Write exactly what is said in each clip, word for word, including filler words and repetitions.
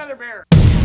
Brother Bear.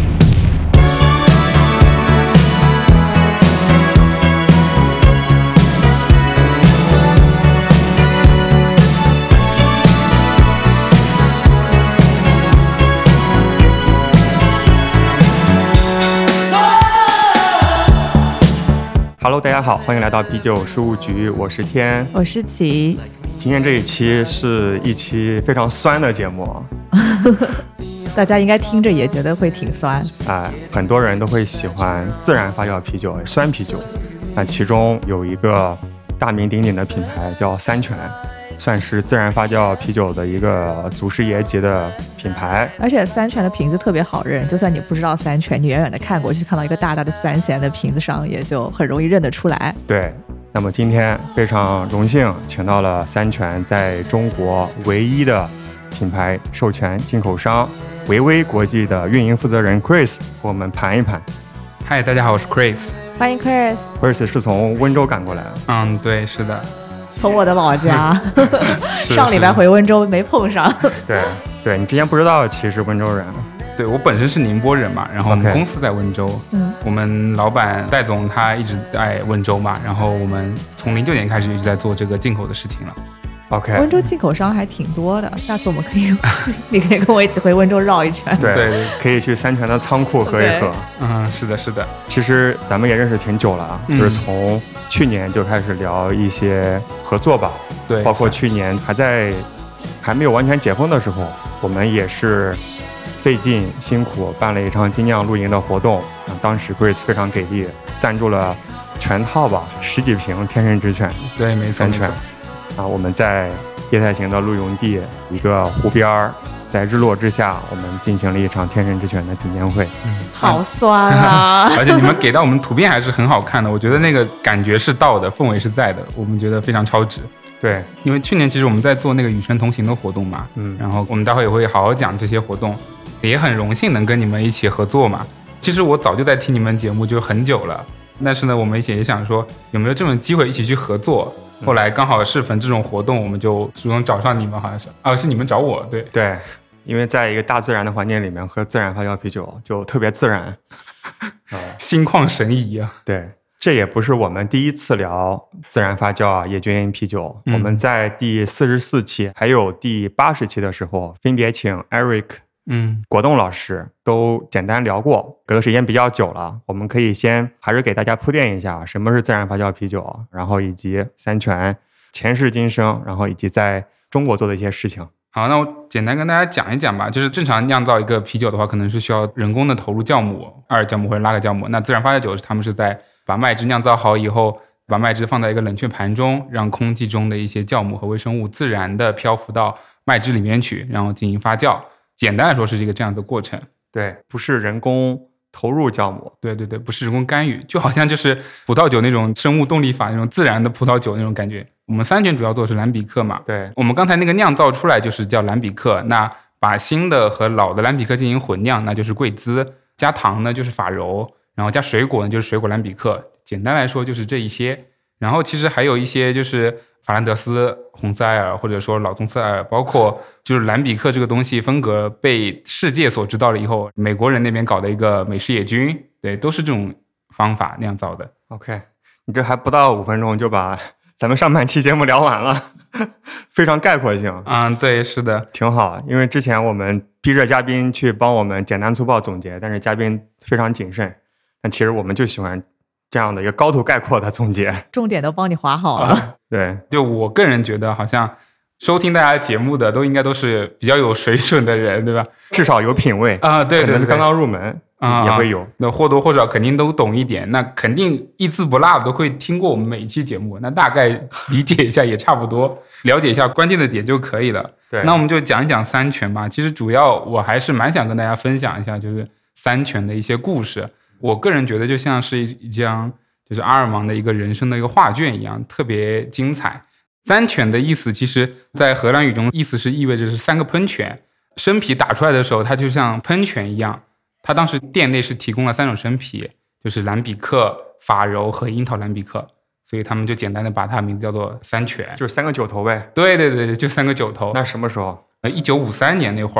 Hello， 大家好，欢迎来到啤酒事务局，我是天， 我是琪。 今天这一期是一期非常酸的节目， 大家应该听着也觉得会挺酸。 哎，很多人都会喜欢自然发酵啤酒、酸啤酒，那其中有一个大名鼎鼎的品牌叫三全，算是自然发酵啤酒的一个祖师爷级的品牌。 而且三全的瓶子特别好认，就算你不知道三全，你远远的看过去，看到一个大大的三弦的瓶子上，也就很容易认得出来。 对，那么今天非常荣幸请到了三全在中国唯一的品牌授权进口商维威国际的运营负责人 Chris 和我们盘一盘。 嗨，大家好，我是 Chris。 欢迎 Chris。 Chris 是从温州赶过来的。 嗯，对，是的， 从我的老家上礼拜回温州没碰上。 对对，你之前不知道其实是温州人。 对，我本身是宁波人嘛，然后我们 Okay. 公司在温州，嗯，我们老板戴总他一直在温州嘛，然后我们从零九年开始一直在做这个进口的事情了。 OK， 温州进口商还挺多的，下次我们可以你可以跟我一起回温州绕一圈。 对对， 可以去三全的仓库喝一喝。 嗯，是的，是的。 其实咱们也认识挺久了啊， 嗯、 就是从去年就开始聊一些合作吧。 对， 包括去年还在还没有完全解封的时候，我们也是费劲辛苦办了一场精酿露营的活动。当时 Grace 非常给力，赞助了全套吧十几瓶天神之泉。 对，没错， 三全。啊，我们在叶太行的露营地一个湖边儿，在日落之下，我们进行了一场天神之泉的品鉴会。 嗯， 好酸啊！ 而且你们给到我们图片还是很好看的，我觉得那个感觉是到的，氛围是在的，我们觉得非常超值。 对， 因为去年其实我们在做那个与神同行的活动嘛，嗯，然后我们待会也会好好讲这些活动，也很荣幸能跟你们一起合作嘛。其实我早就在听你们节目就很久了，但是呢，我们一起也想说有没有这种机会一起去合作。后来刚好适逢这种活动，我们就主动找上你们，好像是啊，是你们找我，对对，因为在一个大自然的环境里面喝自然发酵啤酒就特别自然， 心旷神怡啊。 对，这也不是我们第一次聊自然发酵啊野菌啤酒，嗯、我们在第四十四期还有第八十期的时候，分别请 Eric。嗯，果冻老师都简单聊过，隔的时间比较久了，我们可以先还是给大家铺垫一下什么是自然发酵啤酒，然后以及三全前世今生，然后以及在中国做的一些事情。 好，那我简单跟大家讲一讲吧。就是正常酿造一个啤酒的话，可能是需要人工的投入酵母，二酵母或者拉格酵母。那自然发酵酒他们是在把麦汁酿造好以后，把麦汁放在一个冷却盘中，让空气中的一些酵母和微生物自然的漂浮到麦汁里面去，然后进行发酵。简单来说是一个这样的过程。 对，不是人工投入酵母。 对对对，不是人工干预，就好像就是葡萄酒那种生物动力法那种自然的葡萄酒那种感觉。我们三全主要做的是蓝比克嘛， 对， 我们刚才那个酿造出来就是叫蓝比克，那把新的和老的蓝比克进行混酿，那就是贵滋，加糖呢就是法柔，然后加水果呢就是水果蓝比克。简单来说就是这一些。然后其实还有一些就是法兰德斯、红色艾尔或者说老宗斯艾尔，包括就是蓝比克这个东西风格被世界所知道了以后，美国人那边搞的一个美式野菌，对，都是这种方法酿造的。 OK， 你这还不到五分钟就把咱们上半期节目聊完了，非常概括性。 嗯，对，是的， 挺好。因为之前我们逼着嘉宾去帮我们简单粗暴总结，但是嘉宾非常谨慎，但其实我们就喜欢这样的一个高度概括的总结， 重点都帮你划好了。啊、 对， 就我个人觉得，好像收听大家节目的都应该都是比较有水准的人，对吧？ 至少有品味啊，对对对， 可能是刚刚入门啊，也会有。 那或多或少肯定都懂一点，那肯定一字不落都会听过我们每一期节目，那大概理解一下也差不多，了解一下关键的点就可以了。 对， 那我们就讲一讲三全吧。其实主要我还是蛮想跟大家分享一下，就是三全的一些故事。我个人觉得就像是一张就是阿尔芒的一个人生的一个画卷一样，特别精彩。三泉的意思其实在荷兰语中意思是意味着是三个喷泉，生啤打出来的时候它就像喷泉一样。它当时店内是提供了三种生啤，就是蓝比克、法柔和樱桃蓝比克，所以他们就简单的把它名字叫做三泉， 就是三个酒头呗。 对对对，就三个酒头。 那什么时候？ 呃，一九五三年那会儿。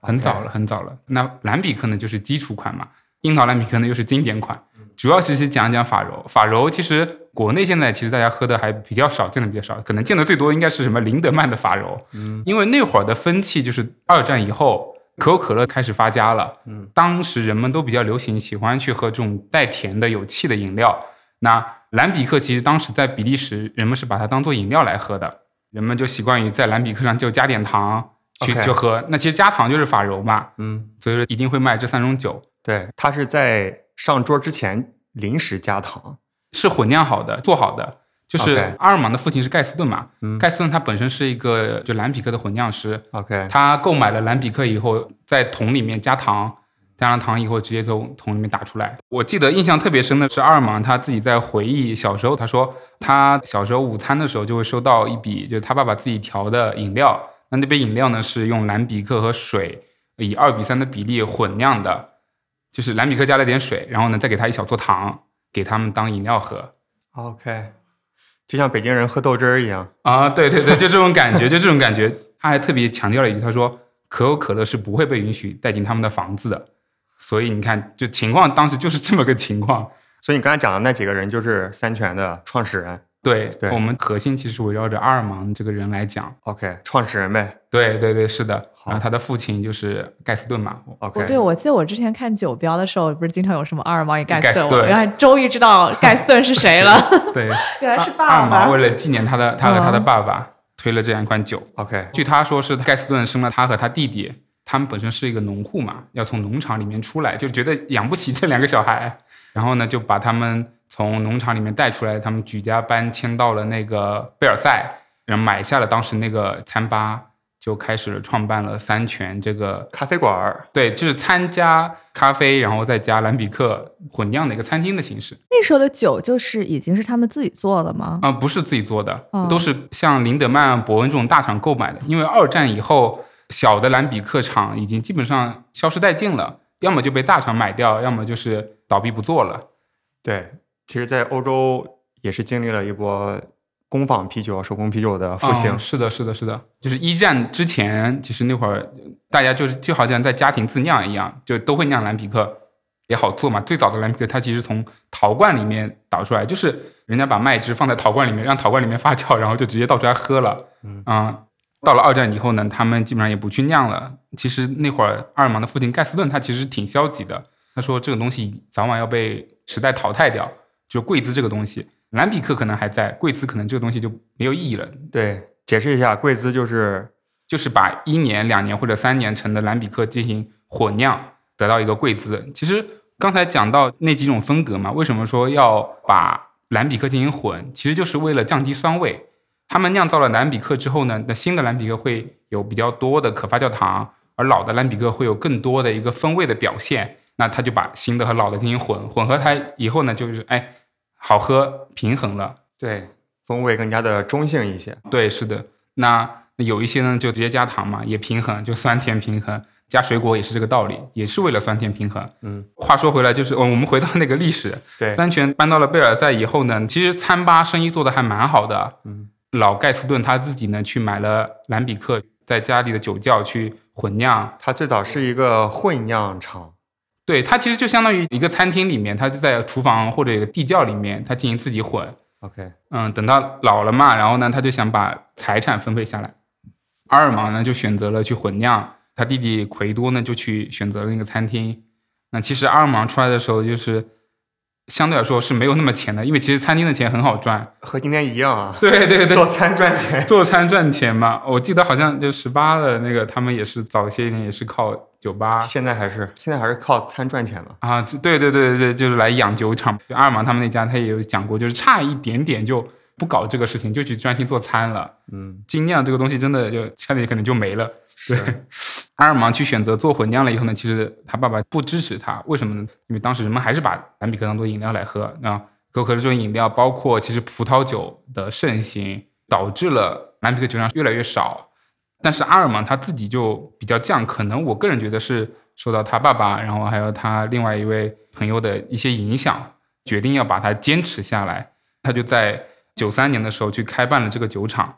很早了， Okay. 很早了。那蓝比克呢，就是基础款嘛，樱桃蓝比克呢又是经典款。主要其实讲讲法柔，法柔其实国内现在其实大家喝的还比较少，见的比较少，可能见的最多应该是什么林德曼的法柔，嗯，因为那会儿的风气就是二战以后可口可乐开始发家了，嗯，当时人们都比较流行喜欢去喝这种带甜的有气的饮料。那蓝比克其实当时在比利时人们是把它当做饮料来喝的，人们就习惯于在蓝比克上就加点糖去、okay. 就喝，那其实加糖就是法柔嘛，嗯，所以说一定会卖这三种酒。 对，它是在上桌之前临时加糖， 是混酿好的，做好的。就是阿尔芒的父亲是盖斯顿嘛，嗯、盖斯顿他本身是一个就蓝比克的混酿师。 OK， 他购买了蓝比克以后，在桶里面加糖，加上糖以后直接从桶里面打出来。我记得印象特别深的是阿尔芒他自己在回忆小时候，他说他小时候午餐的时候就会收到一笔，就是他爸爸自己调的饮料。那那杯饮料呢是用蓝比克和水以二比三的比例混酿的。就是蓝比克加了点水，然后呢再给他一小撮糖，给他们当饮料喝。 OK， 就像北京人喝豆汁儿一样啊，对对对，就这种感觉，就这种感觉。他还特别强调了一句，他说可口可乐是不会被允许带进他们的房子的。所以你看，就情况当时就是这么个情况。 所以你刚才讲的那几个人就是三全的创始人。 对， 对， 我们核心其实围绕着阿尔芒这个人来讲。 OK， 创始人呗。 对对对，是的。然后他的父亲就是盖斯顿嘛。 OK， 对，我记得我之前看酒标的时候，不是经常有什么阿尔芒与盖斯顿， 顿我原来终于知道盖斯顿是谁了。 对， 原来是爸爸。 阿尔芒为了纪念他的他和他的爸爸，嗯、推了这样一款酒。 OK， 据他说是盖斯顿生了他和他弟弟，他们本身是一个农户嘛，要从农场里面出来，就觉得养不起这两个小孩，然后呢就把他们从农场里面带出来，他们举家搬迁到了那个贝尔赛，然后买下了当时那个餐吧，就开始了创办了三全这个咖啡馆。 对，就是餐加咖啡，然后再加蓝比克混酿的一个餐厅的形式。 那时候的酒就是已经是他们自己做的吗？ 啊、呃，不是自己做的，哦、都是像林德曼、伯恩这种大厂购买的。因为二战以后，小的蓝比克厂已经基本上消失殆尽了，要么就被大厂买掉，要么就是倒闭不做了。 对。其实在欧洲也是经历了一波工坊啤酒、手工啤酒的复兴。 嗯、是的，是的，是的。就是一战之前，其实那会儿大家就是就好像在家庭自酿一样，就都会酿蓝比克，也好做嘛。最早的蓝比克它其实从陶罐里面倒出来，就是人家把麦汁放在陶罐里面，让陶罐里面发酵，然后就直接倒出来喝了。嗯，嗯到了二战以后呢，他们基本上也不去酿了。其实那会儿阿尔芒的父亲盖斯顿他其实挺消极的，他说这个东西早晚要被时代淘汰掉。就贵兹这个东西，蓝比克可能还在，贵兹可能这个东西就没有意义了。 对，解释一下，贵兹就是就是把一年、两年或者三年陈的蓝比克进行混酿，得到一个贵兹。其实刚才讲到那几种风格嘛，为什么说要把蓝比克进行混？其实就是为了降低酸味。他们酿造了蓝比克之后呢，那新的蓝比克会有比较多的可发酵糖，而老的蓝比克会有更多的一个风味的表现。那他就把新的和老的进行混混合它以后呢，就是哎，好喝平衡了， 对，风味更加的中性一些。 对，是的。那有一些呢就直接加糖嘛，也平衡，就酸甜平衡。加水果也是这个道理，也是为了酸甜平衡。嗯，话说回来，就是我们回到那个历史， 对， 三全搬到了贝尔赛以后呢，其实餐吧生意做得还蛮好的。嗯，老盖斯顿他自己呢去买了蓝比克，在家里的酒窖去混酿。 他最早是一个混酿厂。 对，它其实就相当于一个餐厅里面，它就在厨房或者一个地窖里面，它进行自己混。 OK， 嗯，等到老了嘛，然后呢，他就想把财产分配下来。阿尔芒呢就选择了去混酿，他弟弟奎多呢就去选择了那个餐厅。那其实阿尔芒出来的时候，就是相对来说是没有那么钱的，因为其实餐厅的钱很好赚， 和今天一样啊。 对对对， 做餐赚钱， 做餐赚钱嘛。我记得好像就十八的那个，他们也是早些一点也是靠酒吧， 现在还是现在还是靠餐赚钱嘛。 啊，对对对对，就是来养酒厂。就阿尔芒他们那家，他也有讲过，就是差一点点就不搞这个事情，就去专心做餐了。嗯，精酿这个东西真的就差点可能就没了。对，阿尔芒去选择做混酿了以后呢，其实他爸爸不支持他，为什么呢？因为当时人们还是把蓝比克当做饮料来喝。那可口可乐这种饮料，包括其实葡萄酒的盛行，导致了蓝比克酒量越来越少。但是阿尔芒他自己就比较犟，可能我个人觉得是受到他爸爸，然后还有他另外一位朋友的一些影响，决定要把它坚持下来。他就在九三年的时候去开办了这个酒厂。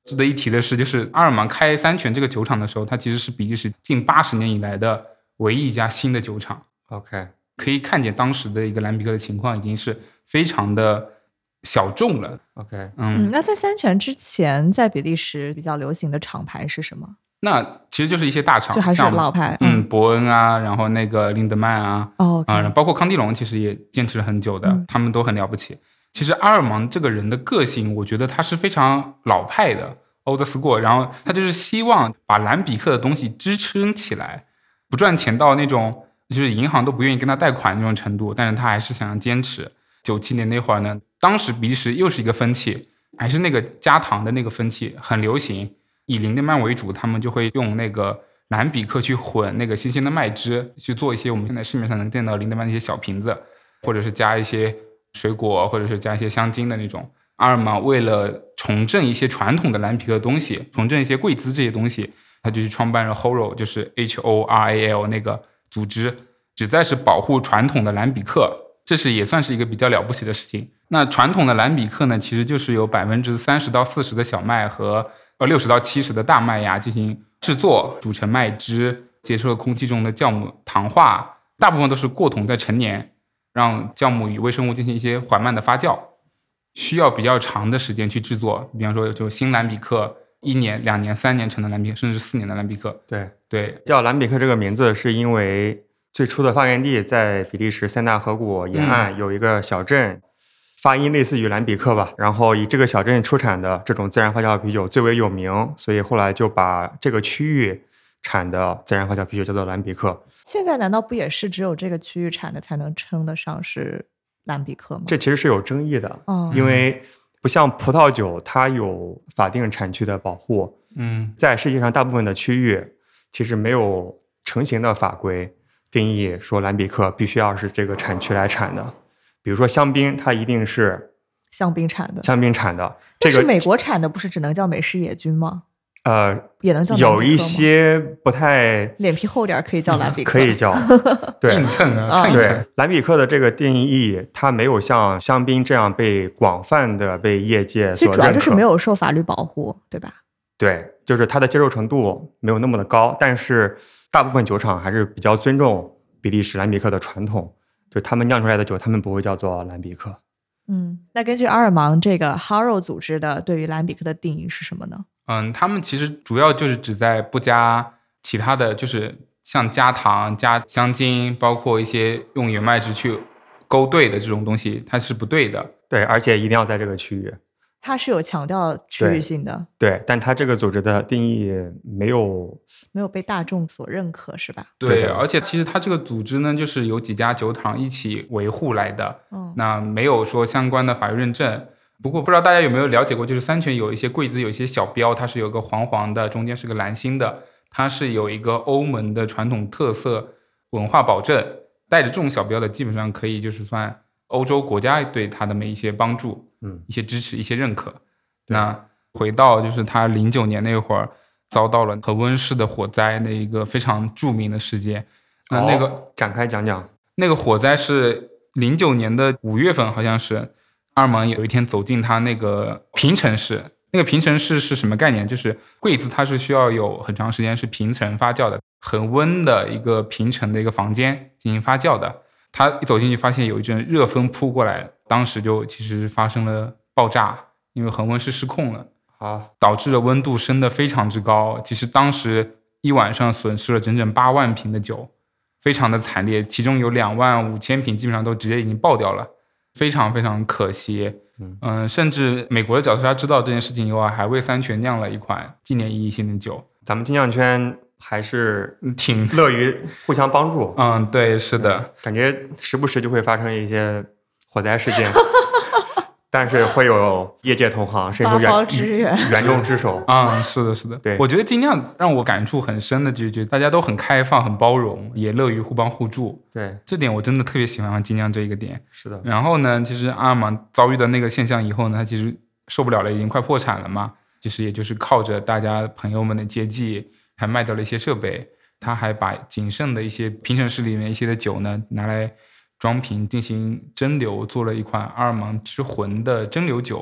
值得一提的是，就是阿尔芒开三泉这个酒厂的时候，它其实是比利时近八十年以来的唯一一家新的酒厂。 OK， 可以看见当时的一个蓝比克的情况已经是非常的小众了。 OK， 嗯，嗯那在三泉之前，在比利时比较流行的厂牌是什么？ 那其实就是一些大厂， 就还是老牌， 嗯，伯恩啊，然后那个林德曼啊， 哦， okay 啊，包括康帝龙，其实也坚持了很久的，嗯、他们都很了不起。其实阿尔芒这个人的个性，我觉得他是非常老派的 ，old school， 然后他就是希望把蓝比克的东西支撑起来，不赚钱到那种就是银行都不愿意跟他贷款那种程度，但是他还是想要坚持。九七年那会儿呢，当时比利时又是一个风气，还是那个加糖的那个风气很流行，以林德曼为主，他们就会用那个蓝比克去混那个新鲜的麦汁，去做一些我们现在市面上能见到林德曼的一些小瓶子，或者是加一些水果，或者是加一些香精的那种。阿尔芒为了重振一些传统的蓝皮克的东西，重振一些贵兹这些东西，他就去创办了 H O R A L， 就是 H O R A L 那个组织，旨在是保护传统的蓝比克，这是也算是一个比较了不起的事情。那传统的蓝比克呢，其实就是由百分之三十到四十的小麦和呃六十到七十的大麦芽进行制作，煮成麦汁，接受了空气中的酵母糖化，大部分都是过桶再陈年，让酵母与微生物进行一些缓慢的发酵，需要比较长的时间去制作。比方说，就新蓝比克，一年、两年、三年成的蓝比克，甚至四年的蓝比克。 对对， 叫蓝比克这个名字是因为最初的发源地在比利时塞纳河谷沿岸有一个小镇。嗯，发音类似于蓝比克吧，然后以这个小镇出产的这种自然发酵啤酒最为有名，所以后来就把这个区域产的自然发酵啤酒叫做蓝比克。 现在难道不也是只有这个区域产的才能称得上是蓝比克吗？ 这其实是有争议的， 哦， 因为不像葡萄酒，它有法定产区的保护。 嗯， 在世界上大部分的区域，其实没有成型的法规定义说蓝比克必须要是这个产区来产的。比如说香槟，它一定是香槟产的， 香槟产的。 但是美国产的不是只能叫美式野菌吗？ 呃， 也能叫蓝比克吗？ 有一些不太脸皮厚点可以叫蓝比克， 可以叫，对， 硬蹭啊，蹭一蹭。 对，蓝比克的这个定义，它没有像香槟这样被广泛的被业界所认可。 其实主要就是没有受法律保护，对吧？ 对，就是它的接受程度没有那么的高，但是大部分酒厂还是比较尊重比利时蓝比克的传统。就他们酿出来的酒，他们不会叫做蓝比克。 嗯，那根据阿尔芒这个 H O R A L 组织的对于蓝比克的定义是什么呢？ 嗯，他们其实主要就是指在不加其他的，就是像加糖、加香精，包括一些用原麦汁去勾兑的这种东西，它是不对的。 对，而且一定要在这个区域。 它是有强调区域性的， 对，对，但它这个组织的定义没有没有被大众所认可，是吧？ 对，而且其实它这个组织呢，就是有几家酒厂一起维护来的， 嗯， 那没有说相关的法律认证。不过不知道大家有没有了解过，就是三泉有一些柜子有一些小标，它是有个黄黄的，中间是个蓝心的，它是有一个欧盟的传统特色文化保证，带着这种小标的基本上可以就是算欧洲国家对它的一些帮助， 嗯， 一些支持，一些认可。那回到就是他零九年那会儿遭到了恒温室的火灾，那一个非常著名的事件。那那个、 哦、展开讲讲。 那个火灾是零九年的五月份，好像是阿尔芒有一天走进他那个平层室。那个平层室是什么概念？就是柜子它是需要有很长时间是平层发酵的，恒温的一个平层的一个房间进行发酵的。他一走进去发现有一阵热风扑过来，当时就其实发生了爆炸，因为恒温室失控了， 啊， 导致了温度升得非常之高。其实当时一晚上损失了整整八万瓶的酒，非常的惨烈，其中有两万五千瓶基本上都直接已经爆掉了，非常非常可惜。嗯、呃，甚至美国的脚头沙知道这件事情以后，还为三泉酿了一款纪念意义性的酒。 咱们精酿圈还是挺乐于互相帮助。 嗯，对，是的， 感觉时不时就会发生一些火灾事件。但是会有业界同行伸出援援众之手啊、嗯！是的，是的， 对， 我觉得精酿让我感触很深的，就觉得大家都很开放、很包容，也乐于互帮互助。 对， 这点我真的特别喜欢精酿这一个点。 是的。 然后呢，其实阿尔芒遭遇的那个现象以后呢，他其实受不了了，已经快破产了嘛。其实也就是靠着大家朋友们的接济，还卖掉了一些设备。他还把仅剩的一些平城市里面一些的酒呢，拿来装瓶进行蒸馏，做了一款阿尔芒之魂的蒸馏酒。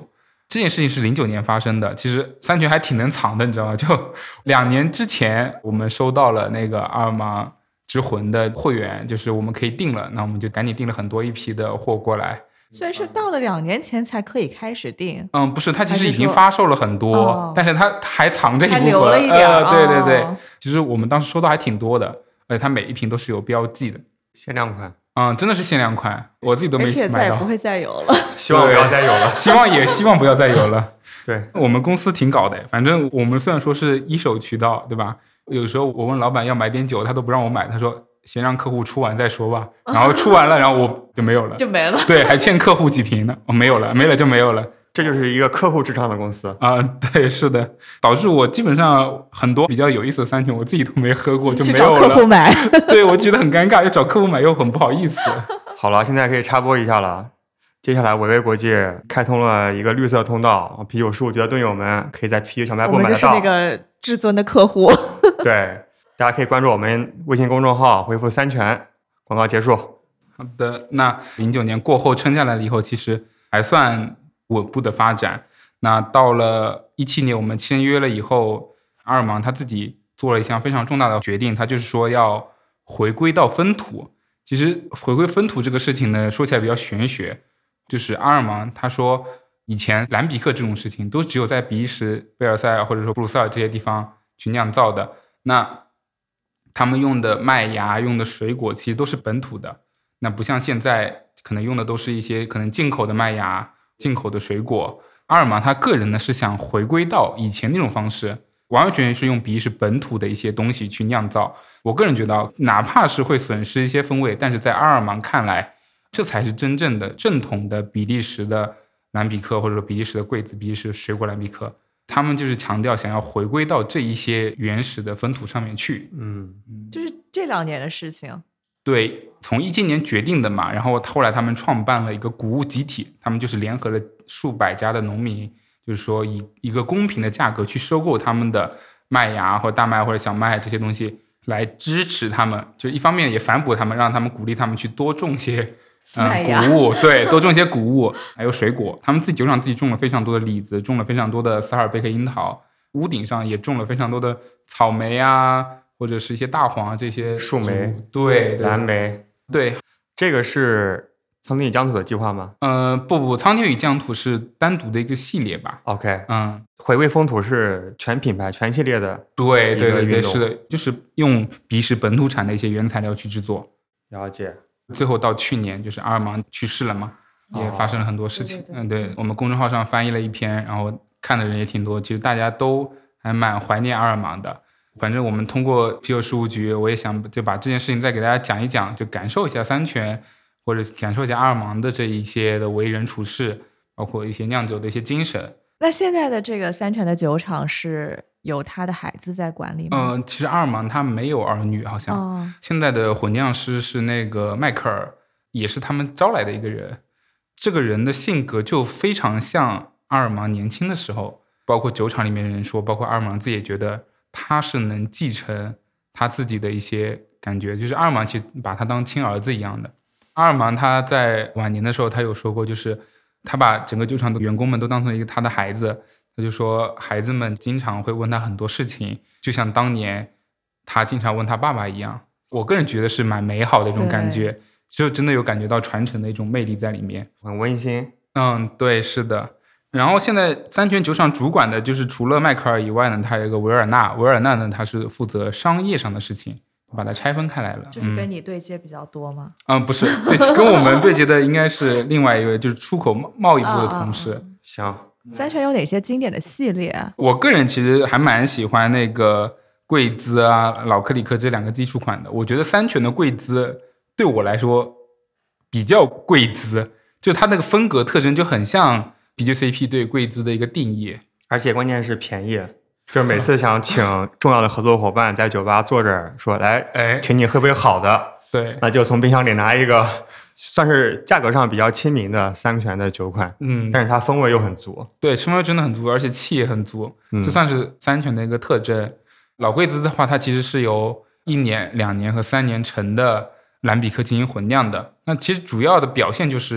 这件事情是零九年发生的，其实三全还挺能藏的，你知道吗？就两年之前，我们收到了那个阿尔芒之魂的货源，就是我们可以订了，那我们就赶紧订了很多一批的货过来。 所以是到了两年前才可以开始订？ 嗯，不是，它其实已经发售了很多， 哦、 但是它还藏着一部分， 还留了一点。 呃，对对对， 哦、 其实我们当时收到还挺多的，而且它每一瓶都是有标记的， 限量款。 嗯，真的是限量款，我自己都没买到。 而且再也不会再有了。 希望不要再有了。 希望也希望不要再有了。 对， 我们公司挺搞的，反正我们虽然说是一手渠道，对吧？有时候我问老板要买点酒，他都不让我买，他说先让客户出完再说吧。然后出完了，然后我就没有了， 就没了。 对，还欠客户几瓶呢，哦，没有了，没了就没有了。 这就是一个客户至上的公司啊、呃，对，是的，导致我基本上很多比较有意思的三全，我自己都没喝过，就没有了。 去找客户买， 对，我觉得很尴尬，又找客户买又很不好意思。 好了，现在可以插播一下了。接下来维维国际开通了一个绿色通道，啤酒事务局的队友们可以在啤酒小卖部买得到。 我们就是那个至尊的客户。 对，大家可以关注我们微信公众号，回复三全。广告结束。 好的，那零九年过后撑下来了以后，其实还算稳步的发展。那到了一七年，我们签约了以后，阿尔芒他自己做了一项非常重大的决定，他就是说要回归到分土。其实回归分土这个事情呢，说起来比较玄学，就是阿尔芒他说，以前蓝比克这种事情都只有在比利时、贝尔塞尔或者说布鲁塞尔这些地方去酿造的，那他们用的麦芽、用的水果其实都是本土的，那不像现在可能用的都是一些可能进口的麦芽、进口的水果。阿尔芒他个人呢是想回归到以前那种方式，完完全全是用比利时本土的一些东西去酿造。我个人觉得，哪怕是会损失一些风味，但是在阿尔芒看来，这才是真正的正统的比利时的蓝比克，或者说比利时的桂子、比利时的水果蓝比克。他们就是强调想要回归到这一些原始的风土上面去。 嗯， 就是这两年的事情。 对，从一七年决定的嘛，然后后来他们创办了一个谷物集体，他们就是联合了数百家的农民，就是说以一个公平的价格去收购他们的麦芽或大麦或者小麦这些东西，来支持他们，就一方面也反哺他们，让他们鼓励他们去多种些嗯谷物，对，多种些谷物，还有水果。他们自己酒厂自己种了非常多的李子，种了非常多的斯哈尔贝克樱桃，屋顶上也种了非常多的草莓啊，或者是一些大黄啊这些树莓， 对，对蓝莓， 对， 这个是苍天与疆土的计划吗？ 呃，不不，苍天与疆土是单独的一个系列吧 ？OK， 嗯， 回归风土是全品牌、全系列的， 对对对对，是的，就是用比利时本土产的一些原材料去制作。 了解。 最后到去年，就是阿尔芒去世了嘛，也发生了很多事情。嗯、哦，对，我们公众号上翻译了一篇，然后看的人也挺多，其实大家都还蛮怀念阿尔芒的。反正我们通过啤酒事务局，我也想就把这件事情再给大家讲一讲，就感受一下三全，或者感受一下阿尔芒的这一些的为人处事，包括一些酿酒的一些精神。 那现在的这个三全的酒厂是有他的孩子在管理吗？ 嗯、呃，其实阿尔芒他没有儿女，好像、哦、现在的混酿师是那个迈克尔，也是他们招来的一个人。这个人的性格就非常像阿尔芒年轻的时候，包括酒厂里面的人说，包括阿尔芒自己也觉得他是能继承他自己的一些感觉，就是阿尔芒其实把他当亲儿子一样的。阿尔芒他在晚年的时候，他有说过，就是他把整个酒厂的员工们都当成一个他的孩子。他就说孩子们经常会问他很多事情，就像当年他经常问他爸爸一样。我个人觉得是蛮美好的一种感觉，就真的有感觉到传承的一种魅力在里面， 很温馨。 嗯，对，是的。然后现在三全酒厂主管的就是除了迈克尔以外呢，他有一个维尔纳，维尔纳呢他是负责商业上的事情，把它拆分开来了。 就是跟你对接比较多吗？ 嗯，不是，对，跟我们对接的应该是另外一位，就是出口贸易部的同事。 啊啊啊行。 三全有哪些经典的系列？ 我个人其实还蛮喜欢那个贵兹啊、老克里克这两个基础款的。我觉得三全的贵兹对我来说比较贵兹，就它那个风格特征就很像 B J C P 对贵兹的一个定义， 而且关键是便宜。就是每次想请重要的合作伙伴在酒吧坐着说来， 哎， 请你喝杯好的， 对， 那就从冰箱里拿一个算是价格上比较亲民的三全的酒款， 嗯， 但是它风味又很足， 对，风味真的很足，而且气也很足，嗯、这算是三全的一个特征。老贵兹的话，它其实是由一年、两年和三年陈的蓝比克进行混酿的。那其实主要的表现就是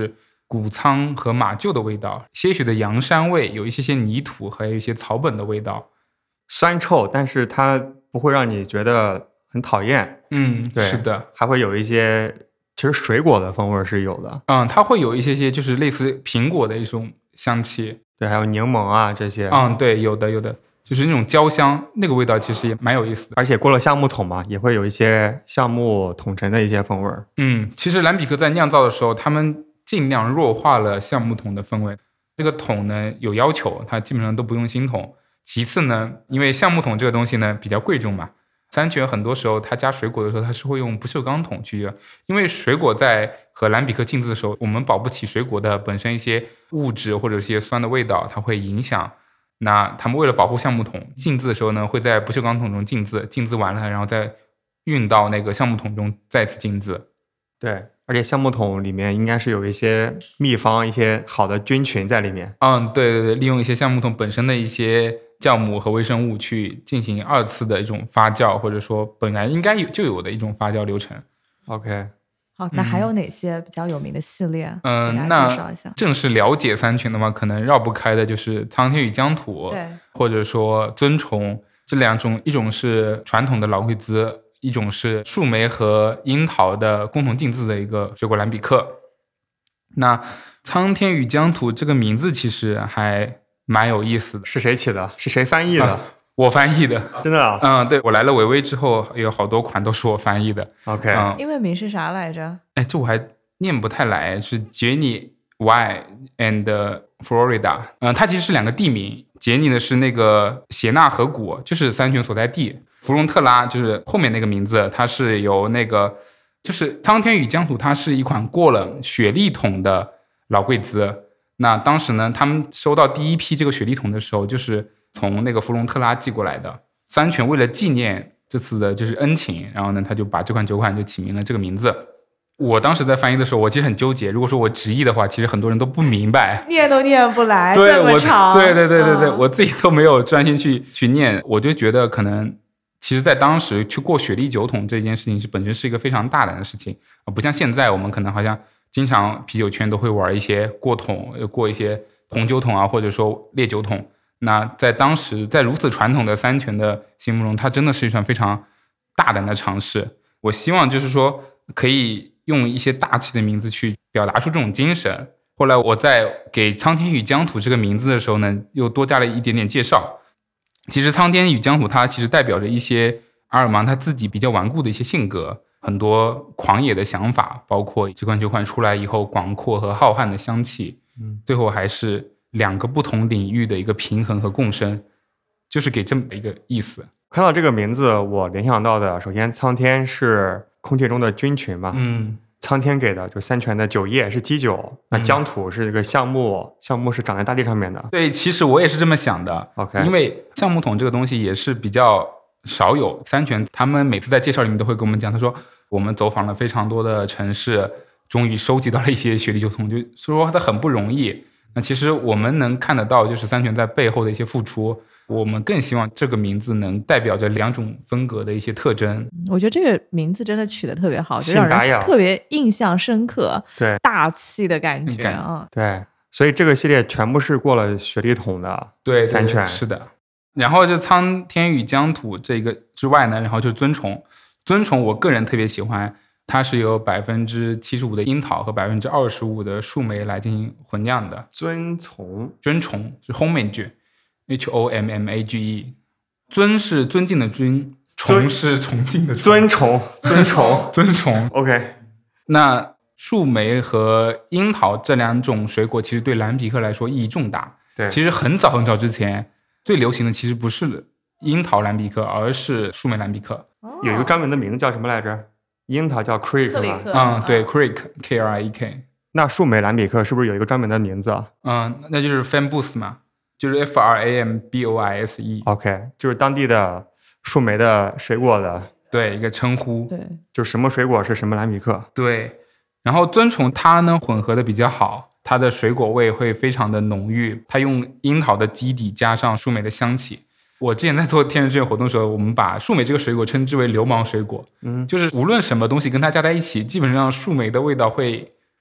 谷仓和马厩的味道，些许的洋膻味，有一些些泥土，还有一些草本的味道。 酸臭，但是它不会让你觉得很讨厌。 嗯， 对， 是的， 还会有一些其实水果的风味是有的。 嗯，它会有一些些就是类似苹果的一种香气。 对，还有柠檬啊这些。 嗯，对，有的有的。就是那种焦香，那个味道其实也蛮有意思的。 而且过了橡木桶嘛，也会有一些橡木桶陈的一些风味。 嗯，其实蓝比克在酿造的时候，他们尽量弱化了橡木桶的风味。这个桶呢有要求，它基本上都不用新桶。其次呢，因为橡木桶这个东西呢比较贵重嘛，三全很多时候它加水果的时候，它是会用不锈钢桶去的，因为水果在和蓝比克浸渍的时候，我们保不齐水果的本身一些物质或者一些酸的味道，它会影响。那他们为了保护橡木桶，浸渍的时候呢，会在不锈钢桶中浸渍，浸渍完了，然后再运到那个橡木桶中再次浸渍。 对，而且橡木桶里面应该是有一些秘方，一些好的菌群在里面。 嗯，对对对，利用一些橡木桶本身的一些酵母和微生物去进行二次的一种发酵，或者说本来应该有就有的一种发酵流程。 OK。 好，那还有哪些比较有名的系列？ 嗯， 给大家介绍一下。 那正是了解三全的话，可能绕不开的就是苍天与疆土， 对， 或者说尊崇这两种，一种是传统的老贵滋，一种是树莓和樱桃的共同浸渍的一个水果蓝比克。那苍天与疆土这个名字其实还蛮有意思的， 是谁起的？是谁翻译的？ 啊我翻译的。 真的啊？ 嗯，对，我来了维维之后，有好多款都是我翻译的。 OK。 嗯， 英文名是啥来着？ 哎，这我还念不太来，是 Jenny Y and Florida。嗯，它其实是两个地名，杰尼的是那个谢纳河谷，就是三全所在地。弗隆特拉就是后面那个名字，它是由那个就是苍天与疆土，它是一款过了雪莉桶的老贵滋。那当时呢，他们收到第一批这个雪莉桶的时候，就是从那个弗隆特拉寄过来的。三全为了纪念这次的就是恩情，然后呢，他就把这款酒款就起名了这个名字。我当时在翻译的时候，我其实很纠结。如果说我直译的话，其实很多人都不明白， 念都念不来， 对这么长。 对对对对对， 嗯、 我自己都没有专心去去念。我就觉得可能，其实在当时去过雪莉酒桶这件事情是本身是一个非常大胆的事情啊，不像现在我们可能好像经常啤酒圈都会玩一些过桶，过一些红酒桶啊，或者说烈酒桶。那在当时，在如此传统的三全的心目中，它真的是一场非常大胆的尝试。我希望就是说，可以用一些大气的名字去表达出这种精神。后来我在给苍天与疆土这个名字的时候呢，又多加了一点点介绍。其实苍天与疆土它其实代表着一些阿尔芒他自己比较顽固的一些性格，很多狂野的想法，包括这款酒款出来以后广阔和浩瀚的香气，嗯，最后还是两个不同领域的一个平衡和共生，就是给这么一个意思。 看到这个名字，我联想到的，首先苍天是空气中的菌群嘛， 嗯， 苍天给的就三全的酒液是基酒，那疆土是这个橡木，橡木是长在大地上面的。 对，其实我也是这么想的。 OK， 因为橡木桶这个东西也是比较少有，三全他们每次在介绍里面都会跟我们讲，他说我们走访了非常多的城市，终于收集到了一些雪莉酒桶，就说它很不容易。那其实我们能看得到，就是三全在背后的一些付出。我们更希望这个名字能代表着两种风格的一些特征。 我觉得这个名字真的取得特别好，就让人特别印象深刻， 对， 大气的感觉啊。 对，所以这个系列全部是过了雪莉桶的， 对， 三全是的。然后就苍天与疆土这个之外呢，然后就尊崇，尊崇我个人特别喜欢，它是由百分之七十五的樱桃和百分之二十五的树莓来进行混酿的。 尊崇， 尊崇是 homage。H O M M A G E， 尊是尊敬的尊，崇是崇敬的尊崇，尊崇， 尊崇。 OK， 那树莓和樱桃这两种水果，其实对蓝比克来说意义重大。 对， 其实很早很早之前，最流行的其实不是樱桃蓝比克，而是树莓蓝比克。 哦、 有一个专门的名字叫什么来着？樱桃叫 Creek 嘛？ 嗯，对 ，Creek K R I E K。 那树莓蓝比克是不是有一个专门的名字啊？ 嗯，那就是 Fambus 嘛。就是 F R A M B O I S E，OK， 就是当地的树莓的水果的对一个称呼， 对， 就什么水果是什么蓝比克， 对。然后尊崇它呢混合的比较好，它的水果味会非常的浓郁，它用樱桃的基底加上树莓的香气。我之前在做天然志愿活动的时候，我们把树莓这个水果称之为流氓水果，嗯，就是无论什么东西跟它加在一起，基本上树莓的味道会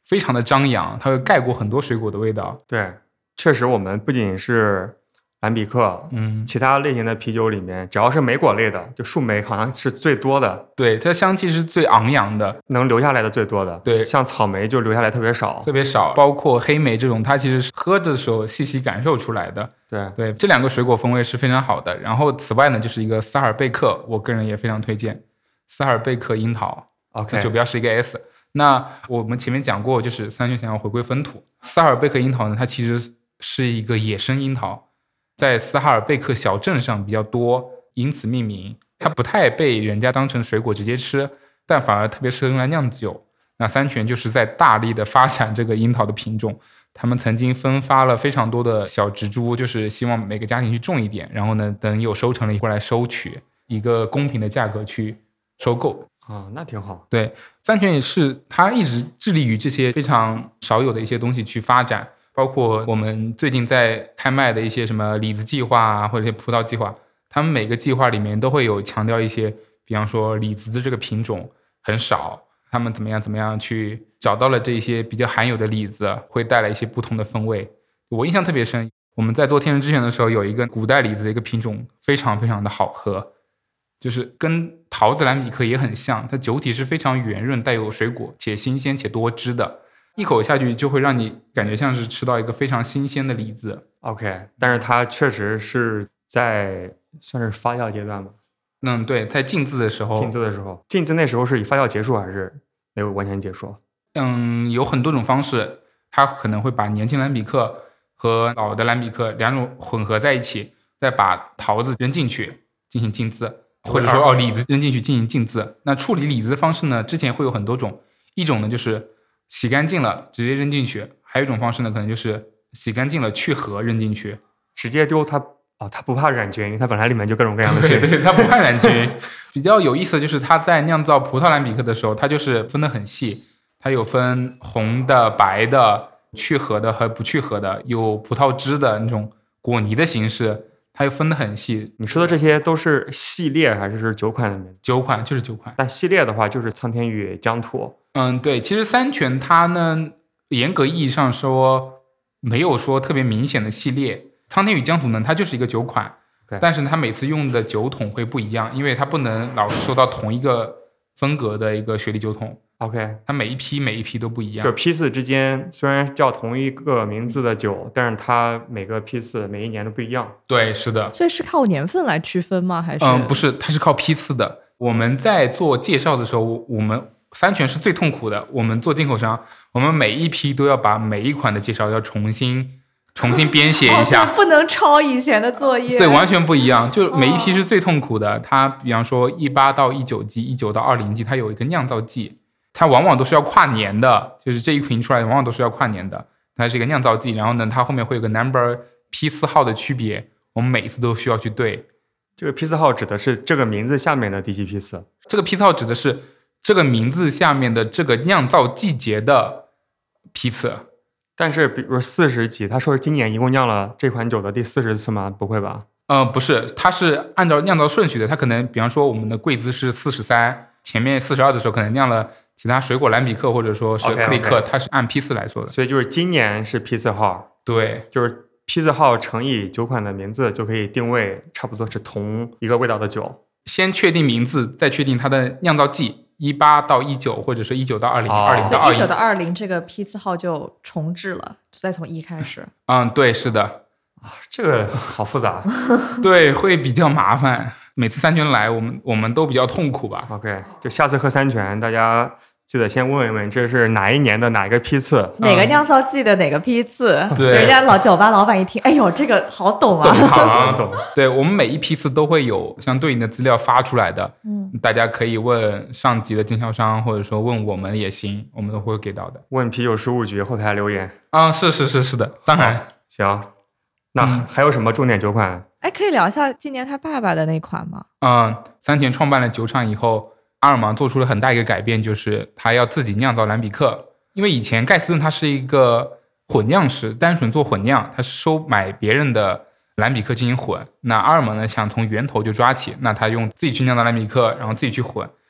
非常的张扬，它会盖过很多水果的味道。 对，确实我们不仅是蓝比克， 嗯， 其他类型的啤酒里面，只要是莓果类的，就树莓好像是最多的。 对，它香气是最昂扬的， 能留下来的最多的。 对， 像草莓就留下来特别少， 特别少。包括黑莓这种，它其实是喝的时候细细感受出来的。 对对，这两个水果风味是非常好的。然后此外呢，就是一个斯哈尔贝克，我个人也非常推荐斯哈尔贝克樱桃。 OK， 酒标是一个 S。那我们前面讲过，就是三全想要回归风土，斯哈尔贝克樱桃呢，它其实是一个野生樱桃，在斯哈尔贝克小镇上比较多，因此命名。它不太被人家当成水果直接吃，但反而特别适合用来酿酒。那三全就是在大力的发展这个樱桃的品种，他们曾经分发了非常多的小植株，就是希望每个家庭去种一点，然后呢，等有收成了过来收取，一个公平的价格去收购。 啊，那挺好。 对，三全也是他一直致力于这些非常少有的一些东西去发展，包括我们最近在开卖的一些什么李子计划啊，或者一些葡萄计划，他们每个计划里面都会有强调一些，比方说李子的这个品种很少，他们怎么样怎么样去找到了这些比较罕有的李子，会带来一些不同的风味。我印象特别深，我们在做天人之泉的时候，有一个古代李子的一个品种非常非常的好喝，就是跟桃子蓝比克也很像，它酒体是非常圆润，带有水果，且新鲜且多汁的，一口下去就会让你感觉像是吃到一个非常新鲜的李子。 OK， 但是它确实是在算是发酵阶段吧。 嗯，对，在浸渍的时候， 浸渍的时候，浸渍那时候是以发酵结束还是没有完全结束？ 嗯，有很多种方式，它可能会把年轻蓝比克和老的蓝比克两种混合在一起，再把桃子扔进去进行浸渍，或者说哦李子扔进去进行浸渍。那处理李子的方式呢，之前会有很多种，一种呢就是洗干净了直接扔进去，还有一种方式呢可能就是洗干净了去核扔进去， 直接丢它。哦，它不怕染菌，它本来里面就各种各样的菌。 对对，它不怕染菌。比较有意思的就是它在酿造葡萄蓝比克的时候，它就是分得很细，它有分红的、白的、去核的和不去核的，有葡萄汁的那种果泥的形式，它又分得很细。 你说的这些都是系列还是酒款里面？ 酒款就是酒款。 但系列的话就是苍天宇、疆土。 嗯，对，其实三全它呢，严格意义上说没有说特别明显的系列。苍天宇疆土呢，它就是一个酒款， okay. 但是它每次用的酒桶会不一样，因为它不能老是收到同一个风格的一个雪莉酒桶。 OK， 它每一批每一批都不一样。 就批次之间虽然叫同一个名字的酒，但是它每个批次每一年都不一样。 对，是的。 所以是靠年份来区分吗？还是？ 嗯，不是，它是靠批次的。我们在做介绍的时候，我们三全是最痛苦的。我们做进口商，我们每一批都要把每一款的介绍要重新。重新编写一下、 哦、不能抄以前的作业。 对，完全不一样，就每一批是最痛苦的、哦、它比方说一八到一九季，一九到二零季，它有一个酿造季，它往往都是要跨年的，就是这一瓶出来往往都是要跨年的，它是一个酿造季，然后呢它后面会有个 number 批次号的区别，我们每一次都需要去对。 这个批次号指的是这个名字下面的第几批次？ 这个批次号指的是这个名字下面的这个酿造季节的批次。 但是比如四十几，他说今年一共酿了这款酒的第四十次吗？不会吧？ 呃，不是，它是按照酿造顺序的。它可能比方说我们的贵兹是四十三，前面四十二的时候可能酿了其他水果蓝比克或者说是克里克， okay, okay. 它是按批次来说的。 所以就是今年是批次号， 对， 就是批次号乘以酒款的名字就可以定位差不多是同一个味道的酒。 先确定名字，再确定它的酿造季。一八到一九，或者说一九到二零，二零到二一。 一九到二零这个批次号就重置了，就再从一开始。 嗯，对，是的。 啊，这个好复杂。 对，会比较麻烦。每次三全来，我们我们都比较痛苦吧。 OK， 就下次喝三全，大家记得先问一问这是哪一年的哪一个批次， 哪个酿造季的哪个批次。 嗯、对， 人家老酒吧老板一听，哎呦，这个好懂啊， 懂行懂。对，我们每一批次都会有相对应的资料发出来的， 嗯， 大家可以问上级的经销商，或者说问我们也行，我们都会给到的。 问啤酒事务局后台留言啊、嗯，是是是是的，当然行。那还有什么重点酒款？ 哎、嗯，可以聊一下今年他爸爸的那款吗？ 嗯，三全创办了酒厂以后。阿尔芒做出了很大一个改变，就是他要自己酿造蓝比克。因为以前盖斯顿他是一个混酿师，单纯做混酿，他是收买别人的蓝比克进行混。那阿尔芒呢，想从源头就抓起，那他用自己去酿造蓝比克，然后自己去混。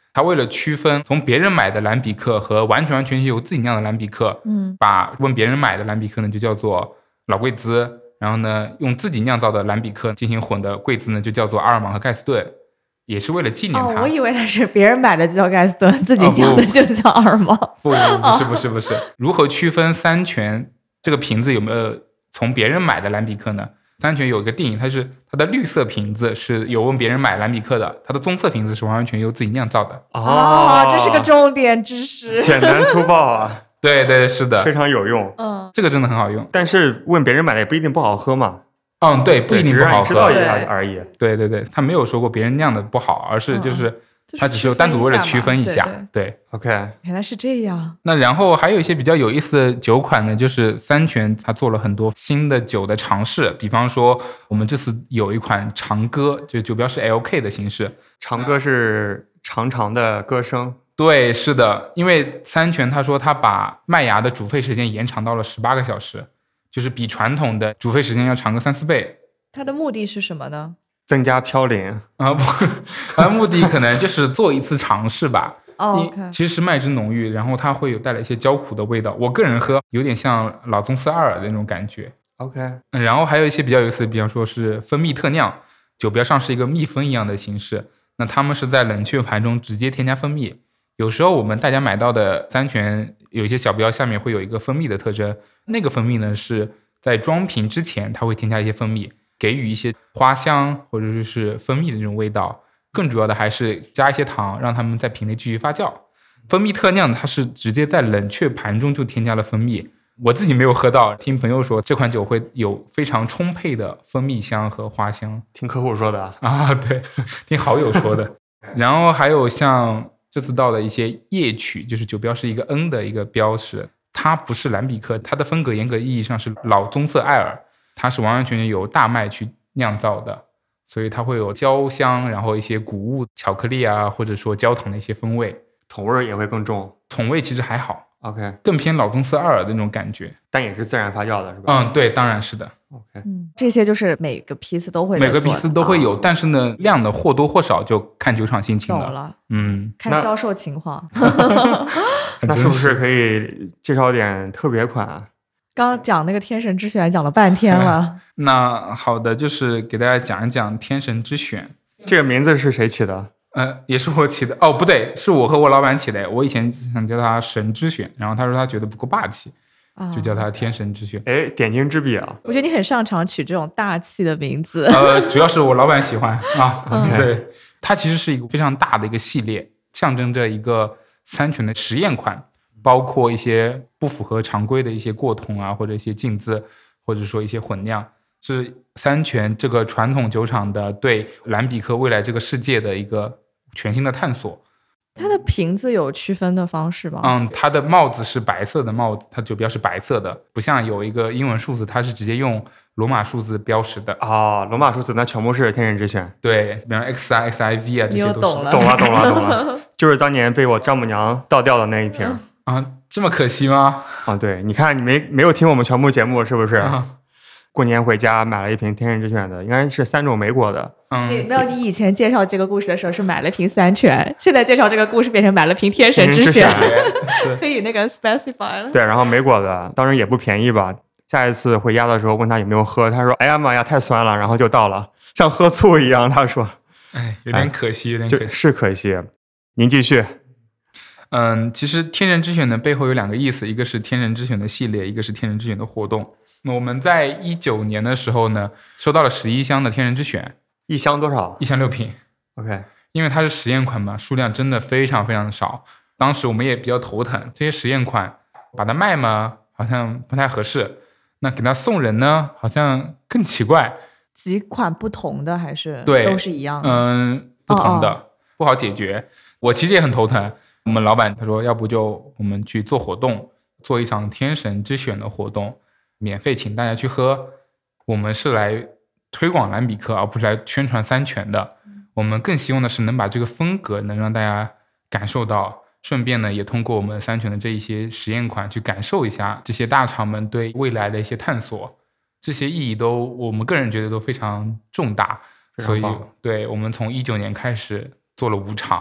他为了区分从别人买的蓝比克和完全完全由自己酿的蓝比克， 嗯， 把问别人买的蓝比克呢就叫做老贵兹，然后呢用自己酿造的蓝比克进行混的贵兹呢就叫做阿尔芒和盖斯顿，也是为了纪念他。 哦，我以为他是别人买的就叫盖斯顿，自己酿的就叫阿尔芒。 不不不是不是不是，如何区分三全这个瓶子有没有从别人买的蓝比克呢？三全有一个定义，它是它的绿色瓶子是有问别人买蓝比克的，它的棕色瓶子是完完全由自己酿造的。 哦，这是个重点知识， 简单粗暴啊！ 对对是的， 非常有用。 嗯， 这个真的很好用。 但是问别人买的也不一定不好喝嘛。 嗯，对，不一定不好喝， 知道一下而已。 对对对，他没有说过别人酿的不好，而是就是。嗯它只是单独为了区分一下， 对, 对, 对 ，OK， 原来是这样。 那然后还有一些比较有意思的酒款呢，就是三全它做了很多新的酒的尝试，比方说我们这次有一款长歌，就酒标是 L K 的形式， 长歌是长长的歌声。 对，是的，因为三全他说他把麦芽的煮沸时间延长到了十八个小时，就是比传统的煮沸时间要长个三四倍。 它的目的是什么呢？ 增加嘌呤啊，不，它的目的可能就是做一次尝试吧。 哦、okay 其实麦汁浓郁，然后它会有带来一些焦苦的味道。我个人喝有点像老宗斯阿尔的那种感觉。 OK， 嗯，然后还有一些比较有意思的，比方说是蜂蜜特酿，酒标上是一个蜜蜂一样的形式。那他们是在冷却盘中直接添加蜂蜜。有时候我们大家买到的三全有一些小标下面会有一个蜂蜜的特征，那个蜂蜜呢是在装瓶之前它会添加一些蜂蜜。给予一些花香或者是蜂蜜的那种味道，更主要的还是加一些糖，让它们在瓶内继续发酵。蜂蜜特酿它是直接在冷却盘中就添加了蜂蜜，我自己没有喝到，听朋友说这款酒会有非常充沛的蜂蜜香和花香。 听客户说的啊，对，听好友说的。然后还有像这次到的一些夜曲，就是酒标是一个 N 的一个标识，它不是蓝比克，它的风格严格意义上是老棕色艾尔。它是完完全全由大麦去酿造的，所以它会有焦香，然后一些谷物、巧克力啊，或者说焦糖的一些风味， 桶味也会更重。 桶味其实还好 ，OK， 更偏老宗斯阿尔的那种感觉， 但也是自然发酵的，是吧？ 嗯，对，当然是的。 OK， 嗯，这些就是每个批次都会， 每个批次都会有，但是呢，量的或多或少就看酒厂心情了。 懂了， 嗯， 看销售情况。 那是不是可以介绍点特别款？ 刚刚讲那个天神之选讲了半天了， 那好的，就是给大家讲一讲天神之选。 这个名字是谁起的？ 呃，也是我起的。哦，不对，是我和我老板起的。我以前想叫他神之选，然后他说他觉得不够霸气，哦、就叫他天神之选。 哎，点睛之笔啊！ 我觉得你很擅长取这种大气的名字。 呃，主要是我老板喜欢啊。 Okay. 对，它其实是一个非常大的一个系列，象征着一个三全的实验款。包括一些不符合常规的一些过桶啊，或者一些浸渍，或者说一些混酿，是三全这个传统酒厂的对蓝比克未来这个世界的一个全新的探索。 它的瓶子有区分的方式吗？ 嗯，它的帽子是白色的帽子，它酒标是白色的，不像有一个英文数字，它是直接用罗马数字标识的。 哦，罗马数字那全部是天神之选。 对，比方 X I X I V 啊，这些都是。 懂了， 懂了，懂了，懂了，就是当年被我丈母娘倒掉的那一瓶。 啊，这么可惜吗？ 啊，对，你看你没没有听我们全部节目是不是？ 啊、 过年回家买了一瓶天神之选的，应该是三种莓果的。 嗯，你没有，你以前介绍这个故事的时候是买了瓶三全，现在介绍这个故事变成买了瓶天神之选，可以那个 specify 了。 对，然后莓果的当然也不便宜吧。下一次回家的时候问他有没有喝，他说：“哎呀妈呀，太酸了。”然后就倒了，像喝醋一样。他说：“ 哎，有点可惜，有点可惜， 是可惜。”您继续。 嗯，其实天神之选的背后有两个意思，一个是天神之选的系列，一个是天神之选的活动。那我们在一九年的时候呢，收到了十一箱的天神之选， 一箱多少？ 一箱六瓶。 OK， 因为它是实验款嘛，数量真的非常非常的少。当时我们也比较头疼，这些实验款把它卖嘛，好像不太合适；那给它送人呢，好像更奇怪。 几款不同的还是对都是一样的？ 嗯，不同的， 哦哦不好解决。我其实也很头疼。我们老板他说，要不就我们去做活动，做一场天神之选的活动，免费请大家去喝。我们是来推广蓝比克，而不是来宣传三全的。我们更希望的是能把这个风格能让大家感受到，顺便呢也通过我们三全的这一些实验款去感受一下这些大厂们对未来的一些探索。这些意义都我们个人觉得都非常重大，所以对我们从一九年开始做了五场。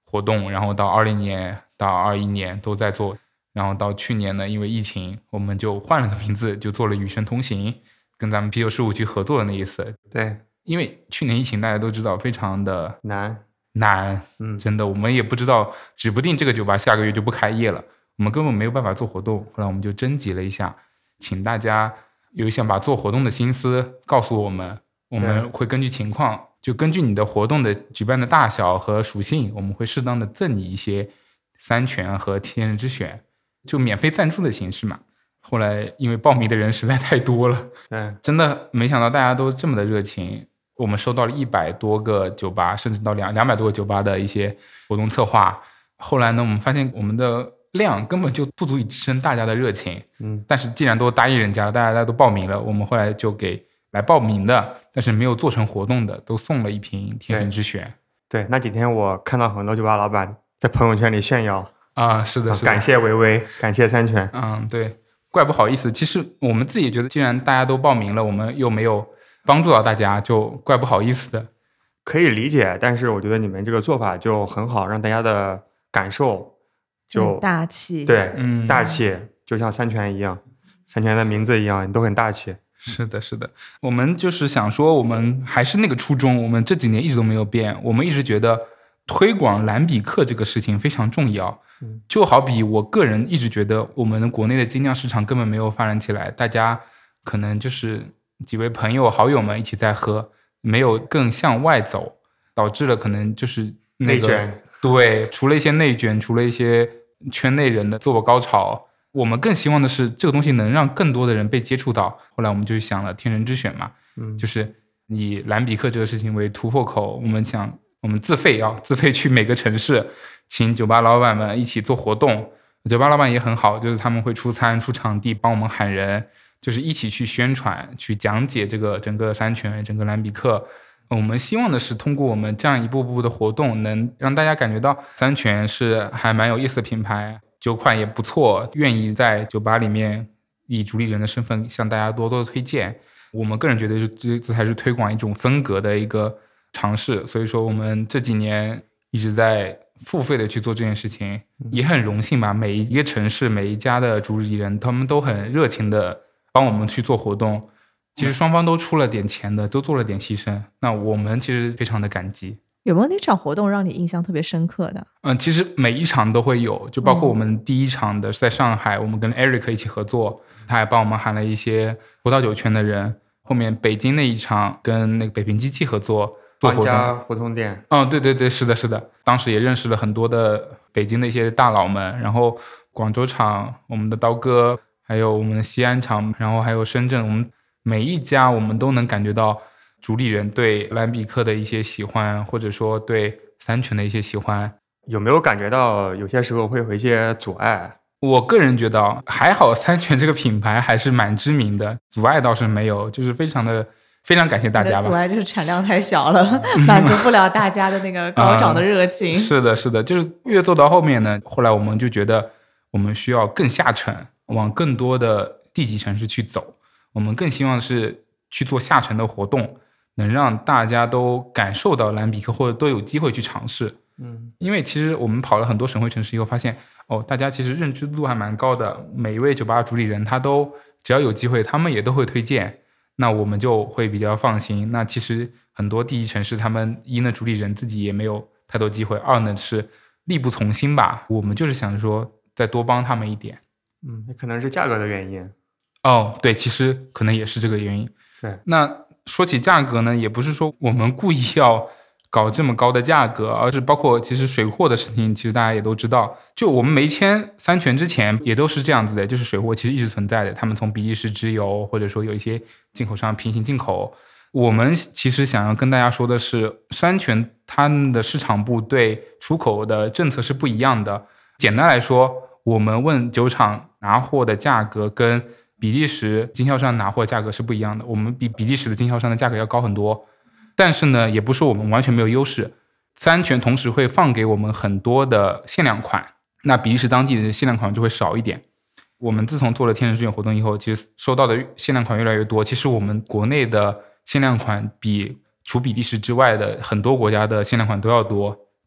活动，然后到二零年到二一年都在做，然后到去年呢，因为疫情，我们就换了个名字，就做了与神同行，跟咱们啤酒事务局合作的那一次。 对， 因为去年疫情大家都知道非常的难难， 嗯， 真的，我们也不知道，指不定这个酒吧下个月就不开业了，我们根本没有办法做活动。后来我们就征集了一下，请大家有想把做活动的心思告诉我们，我们会根据情况，就根据你的活动的举办的大小和属性，我们会适当的赠你一些三全和天人之选，就免费赞助的形式嘛。后来因为报名的人实在太多了， 对， 真的没想到大家都这么的热情。我们收到了一百多个酒吧，甚至到两两百多个酒吧的一些活动策划。后来呢，我们发现我们的量根本就不足以支撑大家的热情。 嗯， 但是既然都答应人家了，大家大家都报名了，我们后来就给来报名的，但是没有做成活动的，都送了一瓶天人之选。 对，对，那几天我看到很多酒吧老板在朋友圈里炫耀啊，是的，是的， 感谢维维，感谢三全。 嗯，对，怪不好意思。其实我们自己也觉得，既然大家都报名了，我们又没有帮助到大家，就怪不好意思的。 可以理解，但是我觉得你们这个做法就很好，让大家的感受就很大气， 对， 嗯， 大气，就像三全一样，三全的名字一样，你都很大气。 是的，是的，我们就是想说，我们还是那个初衷，我们这几年一直都没有变，我们一直觉得推广蓝比克这个事情非常重要。 嗯， 就好比我个人一直觉得，我们国内的精酿市场根本没有发展起来，大家可能就是几位朋友好友们一起在喝，没有更向外走，导致了可能就是那个内卷。 对，除了一些内卷，除了一些圈内人的自我高潮，我们更希望的是这个东西能让更多的人被接触到。后来我们就想了天人之选嘛， 嗯， 就是以蓝比克这个事情为突破口，我们想我们自费啊，自费去每个城市，请酒吧老板们一起做活动。酒吧老板也很好，就是他们会出餐、出场地，帮我们喊人，就是一起去宣传、去讲解这个整个三全、整个蓝比克。我们希望的是通过我们这样一步步的活动，能让大家感觉到三全是还蛮有意思的品牌，酒款也不错，愿意在酒吧里面以主理人的身份向大家多多推荐。我们个人觉得这这才是推广一种风格的一个尝试，所以说我们这几年一直在付费的去做这件事情，也很荣幸吧，每一个城市每一家的主理人他们都很热情的帮我们去做活动，其实双方都出了点钱的，都做了点牺牲，那我们其实非常的感激。 有没有哪场活动让你印象特别深刻的？ 嗯，其实每一场都会有，就包括我们第一场的是在上海，我们跟 Eric 一起合作，他还帮我们喊了一些葡萄酒圈的人。后面北京那一场跟那个北平机器合作做活动， 万家胡同店。 嗯，对对对，是的，是的。当时也认识了很多的北京的一些大佬们，然后广州场我们的刀哥，还有我们的西安场，然后还有深圳，我们每一家我们都能感觉到主理人对蓝比克的一些喜欢，或者说对三全的一些喜欢。 有没有感觉到有些时候会有一些阻碍？ 我个人觉得还好，三全这个品牌还是蛮知名的，阻碍倒是没有，就是非常的非常感谢大家吧。 阻碍就是产量太小了，满足不了大家的那个高涨的热情。 嗯、是的，是的，就是越做到后面呢，后来我们就觉得我们需要更下沉，往更多的地级城市去走。我们更希望是去做下沉的活动，能让大家都感受到蓝比克，或者都有机会去尝试。 嗯， 因为其实我们跑了很多省会城市以后，发现哦，大家其实认知度还蛮高的，每一位酒吧主理人他都只要有机会，他们也都会推荐，那我们就会比较放心。那其实很多地级城市，他们一呢主理人自己也没有太多机会，二呢是力不从心吧。我们就是想说再多帮他们一点。 嗯，也可能是价格的原因。 哦，对，其实可能也是这个原因。 对， 那说起价格呢，也不是说我们故意要搞这么高的价格，而是包括其实水货的事情，其实大家也都知道。就我们没签三全之前，也都是这样子的，就是水货其实一直存在的。他们从比利时直邮，或者说有一些进口商平行进口。我们其实想要跟大家说的是，三全他们的市场部对出口的政策是不一样的。简单来说，我们问酒厂拿货的价格跟比利时经销商拿货价格是不一样的，我们比比利时的经销商的价格要高很多。但是呢，也不是我们完全没有优势。三全同时会放给我们很多的限量款，那比利时当地的限量款就会少一点。我们自从做了天人之选活动以后，其实收到的限量款越来越多。其实我们国内的限量款比除比利时之外的很多国家的限量款都要多，这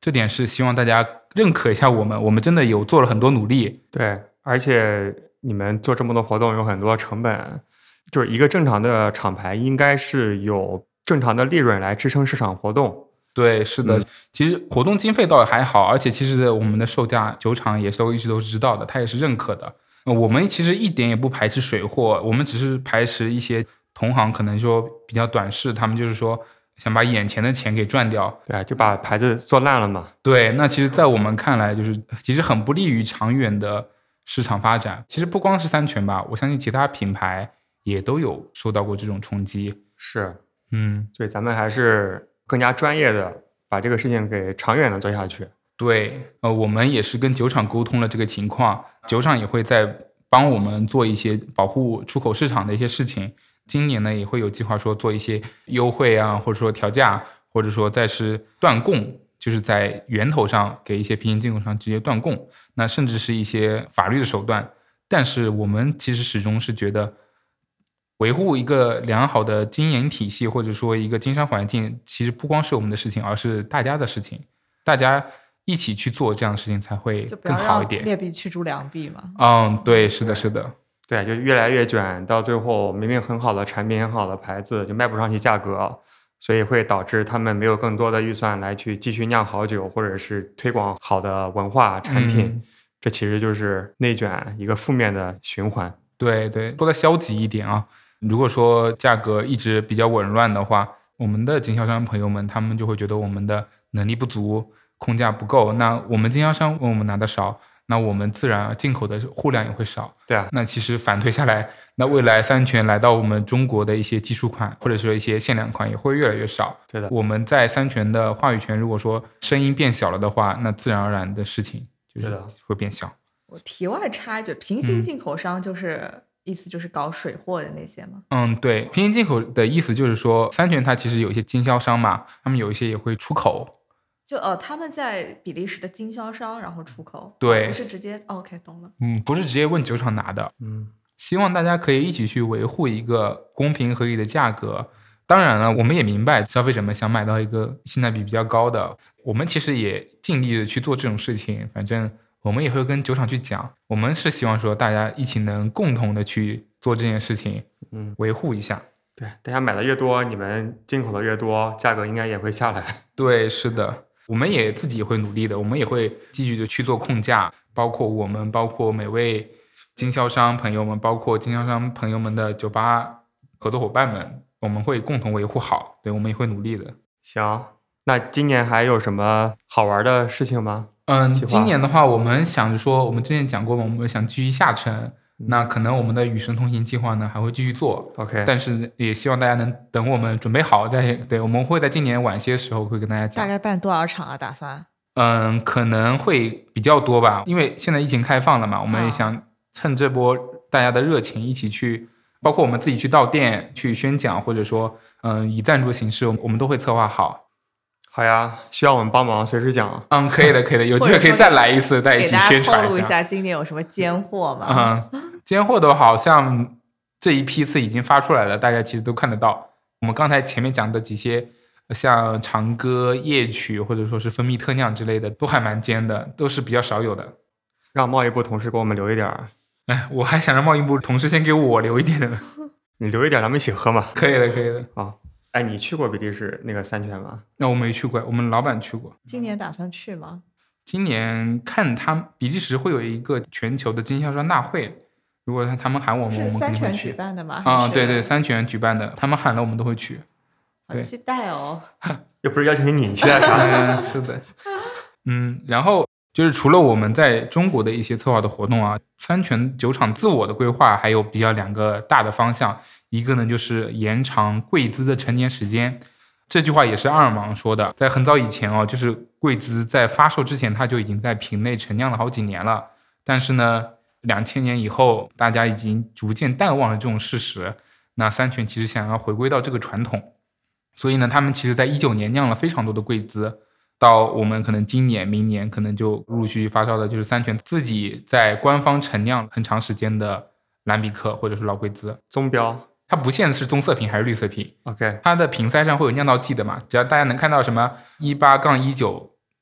这点是希望大家认可一下我们，我们真的有做了很多努力。 对，而且你们做这么多活动有很多成本，就是一个正常的厂牌应该是有正常的利润来支撑市场活动。 对，是的、嗯、其实活动经费倒还好，而且其实我们的售价酒厂也是都一直都是知道的，他也是认可的。我们其实一点也不排斥水货，我们只是排斥一些同行可能说比较短视，他们就是说想把眼前的钱给赚掉， 对，就把牌子做烂了嘛。 对，那其实在我们看来就是其实很不利于长远的市场发展。其实不光是三全吧，我相信其他品牌也都有受到过这种冲击。 是， 嗯， 所以咱们还是更加专业的把这个事情给长远的做下去。 对，呃，我们也是跟酒厂沟通了这个情况，酒厂也会在帮我们做一些保护出口市场的一些事情。今年呢，也会有计划说做一些优惠啊，或者说调价，或者说再是断供，就是在源头上给一些平行进口商直接断供，那甚至是一些法律的手段。但是我们其实始终是觉得，维护一个良好的经营体系，或者说一个经商环境，其实不光是我们的事情，而是大家的事情。大家一起去做这样的事情才会更好一点。 劣币驱逐良币嘛。 嗯，对，是的，是的。 对，就越来越卷，到最后明明很好的产品、很好的牌子就卖不上去价格，所以会导致他们没有更多的预算来去继续酿好酒，或者是推广好的文化产品。嗯、这其实就是内卷一个负面的循环。 对对，说的消极一点啊，如果说价格一直比较紊乱的话，我们的经销商朋友们他们就会觉得我们的能力不足，控价不够，那我们经销商问我们拿的少，那我们自然进口的货量也会少。 对啊， 那其实反推下来，那未来三全来到我们中国的一些基础款或者说一些限量款也会越来越少。 对的， 我们在三全的话语权如果说声音变小了的话，那自然而然的事情就是会变小。 我题外插一句，平行进口商就是、嗯、意思就是搞水货的那些吗？ 嗯，对，平行进口的意思就是说三全它其实有一些经销商嘛，他们有一些也会出口。 就呃，他们在比利时的经销商，然后出口， 对， 哦、不是直接、哦、，OK， 懂了。 嗯，不是直接问酒厂拿的。 嗯， 希望大家可以一起去维护一个公平合理的价格。当然了，我们也明白消费者们想买到一个性价比比较高的，我们其实也尽力的去做这种事情。反正我们也会跟酒厂去讲，我们是希望说大家一起能共同的去做这件事情， 嗯， 维护一下。 对，大家买的越多，你们进口的越多，价格应该也会下来。 对，是的。我们也自己会努力的，我们也会继续的去做控价，包括我们，包括每位经销商朋友们，包括经销商朋友们的酒吧合作伙伴们，我们会共同维护好。对，我们也会努力的。 行，那今年还有什么好玩的事情吗？ 嗯，今年的话，我们想着说，我们之前讲过嘛，我们想继续下沉。那可能我们的与神同行计划呢还会继续做 ，OK， 但是也希望大家能等我们准备好再对，我们会在今年晚些时候会跟大家讲。 大概办多少场啊？打算？ 嗯，可能会比较多吧，因为现在疫情开放了嘛，我们也想趁这波大家的热情一起去，包括我们自己去到店去宣讲，或者说嗯以赞助形式，我们都会策划好。 好呀，需要我们帮忙随时讲。 嗯，可以的，可以的，有机会可以再来一次，再一起宣传一下。 给大家透露一下今年有什么尖货吗？ 嗯，尖货的好像这一批次已经发出来了，大家其实都看得到。我们刚才前面讲的几些，像长歌、夜曲或者说是蜂蜜特酿之类的，都还蛮尖的，都是比较少有的。 让贸易部同事给我们留一点儿。 哎，我还想让贸易部同事先给我留一点的。 你留一点，咱们一起喝嘛。 可以的，可以的。 啊。哎，你去过比利时那个三全吗？ 那我没去过，我们老板去过。 今年打算去吗？ 今年看他比利时会有一个全球的经销商大会，如果他们喊我们，我们肯定会去。 是三全举办的吗？ 啊、嗯，对对，三全举办的，他们喊了我们都会去。 好期待哦！ 又不是邀请你，你期待啥？ 嗯，是的。嗯，然后就是除了我们在中国的一些策划的活动啊，三全酒厂自我的规划还有比较两个大的方向。一个呢就是延长贵滋的陈年时间，这句话也是阿尔芒说的，在很早以前哦，就是贵滋在发售之前，它就已经在瓶内陈酿了好几年了。但是呢，两千年以后，大家已经逐渐淡忘了这种事实。那三全其实想要回归到这个传统，所以呢，他们其实在一九年酿了非常多的贵滋，到我们可能今年、明年可能就陆陆续续发烧的，就是三全自己在官方陈酿很长时间的兰比克或者是老贵滋宗标。 它不限是棕色瓶还是绿色瓶 ，OK， 它的瓶塞上会有酿造剂的嘛，只要大家能看到什么一八杠一九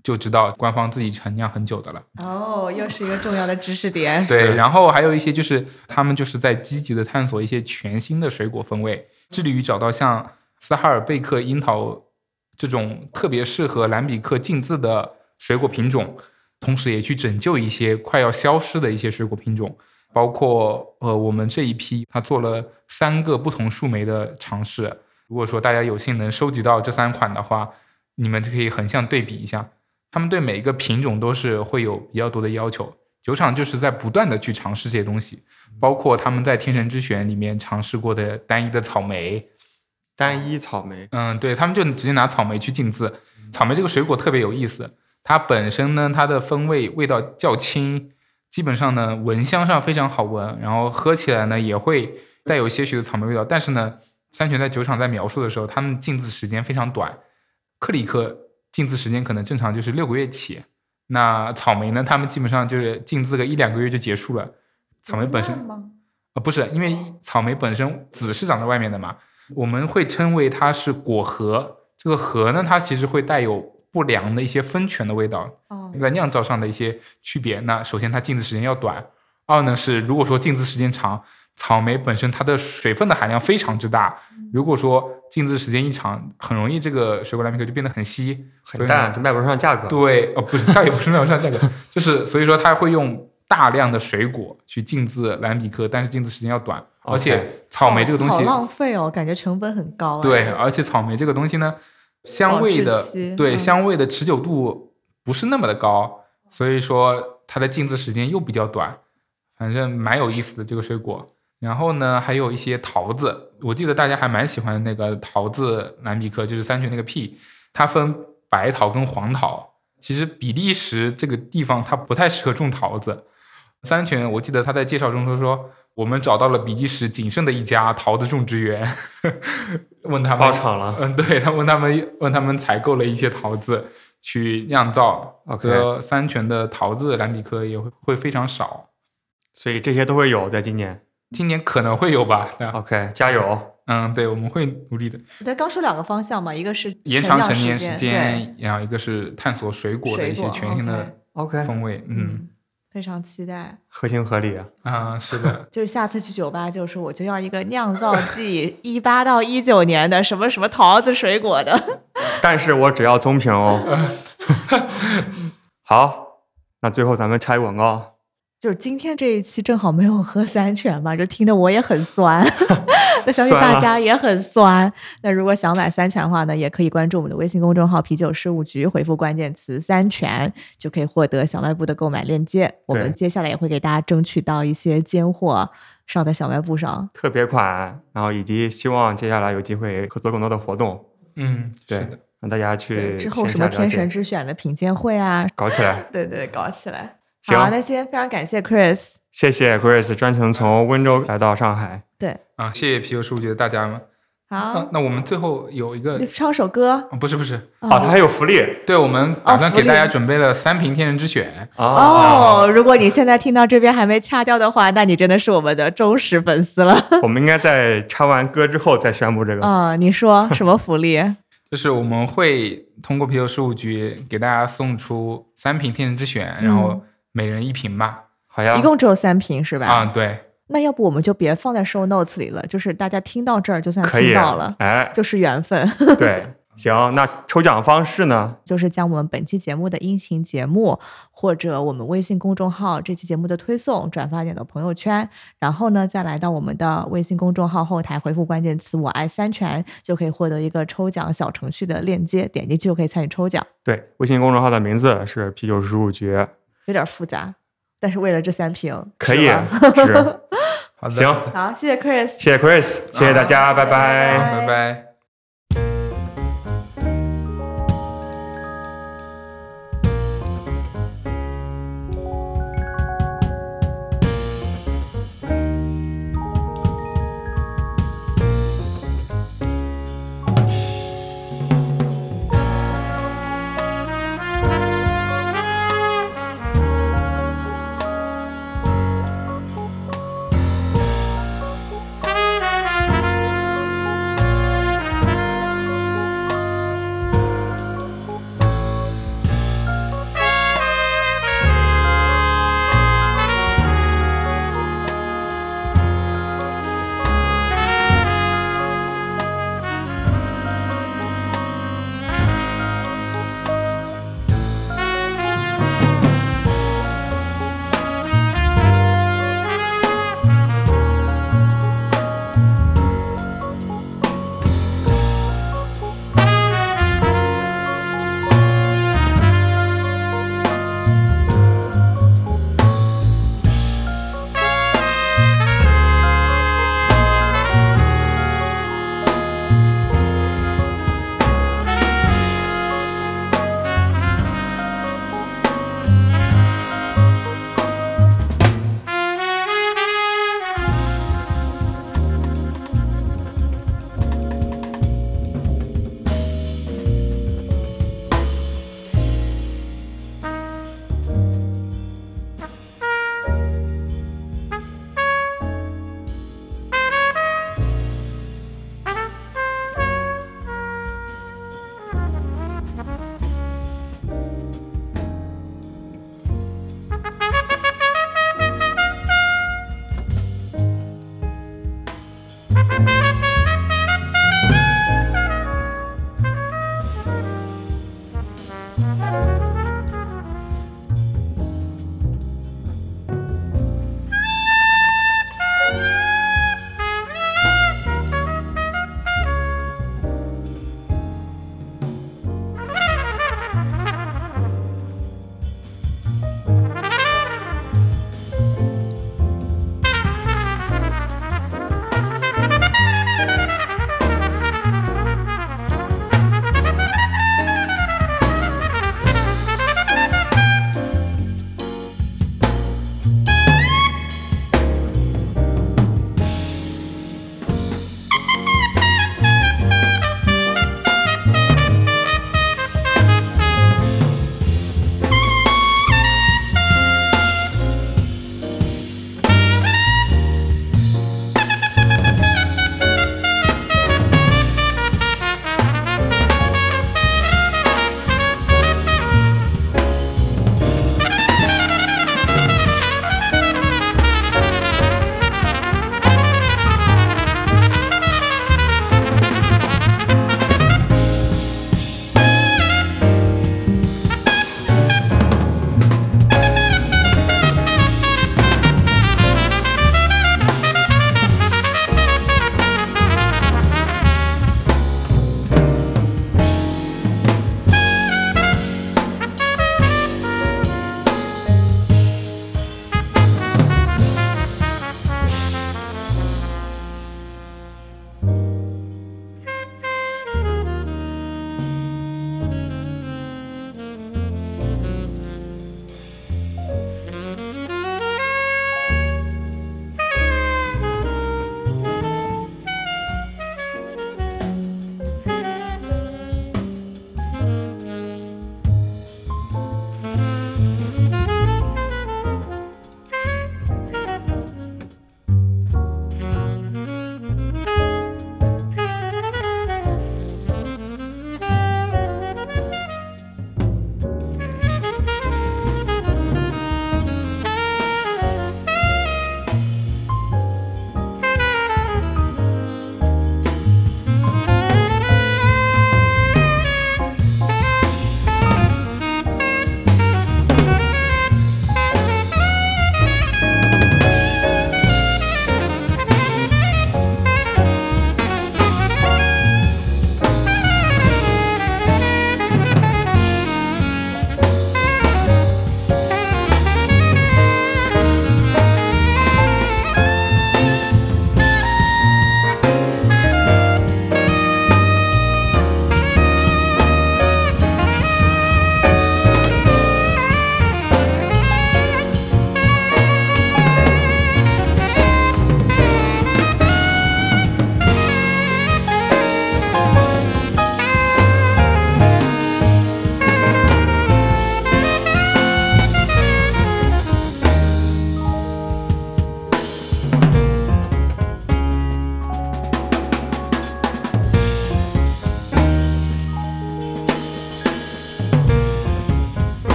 就知道官方自己陈酿很久的了。 哦，又是一个重要的知识点。 对，然后还有一些就是他们就是在积极的探索一些全新的水果风味，致力于找到像斯哈尔贝克樱桃这种特别适合蓝比克浸渍的水果品种，同时也去拯救一些快要消失的一些水果品种，包括呃我们这一批他做了三个不同树莓的尝试。如果说大家有幸能收集到这三款的话，你们就可以横向对比一下，他们对每一个品种都是会有比较多的要求。酒厂就是在不断的去尝试这些东西，包括他们在天神之选里面尝试过的单一的草莓。 单一草莓， 嗯，对，他们就直接拿草莓去浸渍。草莓这个水果特别有意思，它本身呢，它的风味味道较轻，基本上呢闻香上非常好闻，然后喝起来呢也会带有些许的草莓味道。但是呢，三全在酒厂在描述的时候，他们浸渍时间非常短，克里克浸渍时间可能正常就是六个月起，那草莓呢，他们基本上就是浸渍个一两个月就结束了。草莓本身吗？ 呃，不是，因为草莓本身籽是长在外面的嘛，我们会称为它是果核。这个核呢，它其实会带有不良的一些酚醛的味道， 哦， 在酿造上的一些区别。那首先它浸渍时间要短，二呢是如果说浸渍时间长，草莓本身它的水分的含量非常之大，如果说浸渍时间一长，很容易这个水果蓝皮克就变得很稀很淡，就卖不上价格。 对，哦，不是，它也不是卖不上价格，就是所以说它会用大量的水果去浸渍蓝比克，但是浸渍时间要短，而且草莓这个东西好浪费哦，感觉成本很高。 对，而且草莓这个东西呢，香味的对、嗯、香味的持久度不是那么的高，所以说它的浸渍时间又比较短，反正蛮有意思的这个水果。然后呢，还有一些桃子，我记得大家还蛮喜欢那个桃子蓝比克，就是三全那个 P， 它分白桃跟黄桃。其实比利时这个地方它不太适合种桃子，三全我记得他在介绍中说说我们找到了比利时仅剩的一家桃子种植园，问他们爆场了， 嗯，对，他问他们问他们采购了一些桃子去酿造，和三全的桃子蓝比克也会会非常少， 所以这些都会有在今年。 今年可能会有吧。 OK， 加油。 嗯，对，我们会努力的。 对，刚说两个方向嘛，一个是延长陈年时间，然后一个是探索水果的一些全新的 OK 风味。嗯， 嗯，非常期待。 合情合理啊。 啊、嗯，是的。 就是下次去酒吧，就是我就要一个酿造季一八到一九年的什么什么桃子水果的。 但是我只要棕瓶哦。好，那最后咱们插一广告。 就是今天这一期正好没有喝三全嘛，就听得我也很酸，那相信大家也很酸。那如果想买三全的话呢，也可以关注我们的微信公众号啤酒事务局，回复关键词三全，就可以获得小卖部的购买链接。我们接下来也会给大家争取到一些尖货上在小卖部上， 特别款，然后以及希望接下来有机会做更多的活动。 嗯，对的， 让大家去之后什么天神之选的品鉴会啊， 搞起来。 对对，搞起来。 行， 好，那今天非常感谢 Chris， 谢谢 Chris 专程从温州来到上海。 对啊，谢谢啤酒事务局的大家们。 好、 啊，那我们最后有一个唱首歌、 哦、不是不是哦，他还有福利。 对，我们打算给大家准备了三瓶天人之选。 哦，哦如果你现在听到这边还没掐掉的话，那你真的是我们的忠实粉丝了。 我们应该在插完歌之后再宣布这个。 啊、哦，你说什么福利？ 就是我们会通过啤酒事务局给大家送出三瓶天人之选，嗯、然后每人一瓶吧。 好呀， 一共只有三瓶是吧？ 啊，对。 那要不我们就别放在 show notes 里了，就是大家听到这儿就算听到了， 哎， 就是缘分。 对，行，那抽奖方式呢？ 就是将我们本期节目的音频节目或者我们微信公众号这期节目的推送转发点到朋友圈，然后呢再来到我们的微信公众号后台回复关键词我爱三全，就可以获得一个抽奖小程序的链接，点进去就可以参与抽奖。 对，微信公众号的名字是啤酒事务局， 有点复杂，但是为了这三瓶可以是。 好的， 行， 好，谢谢 Chris， 谢谢 Chris， 谢谢大家，拜拜， 拜拜。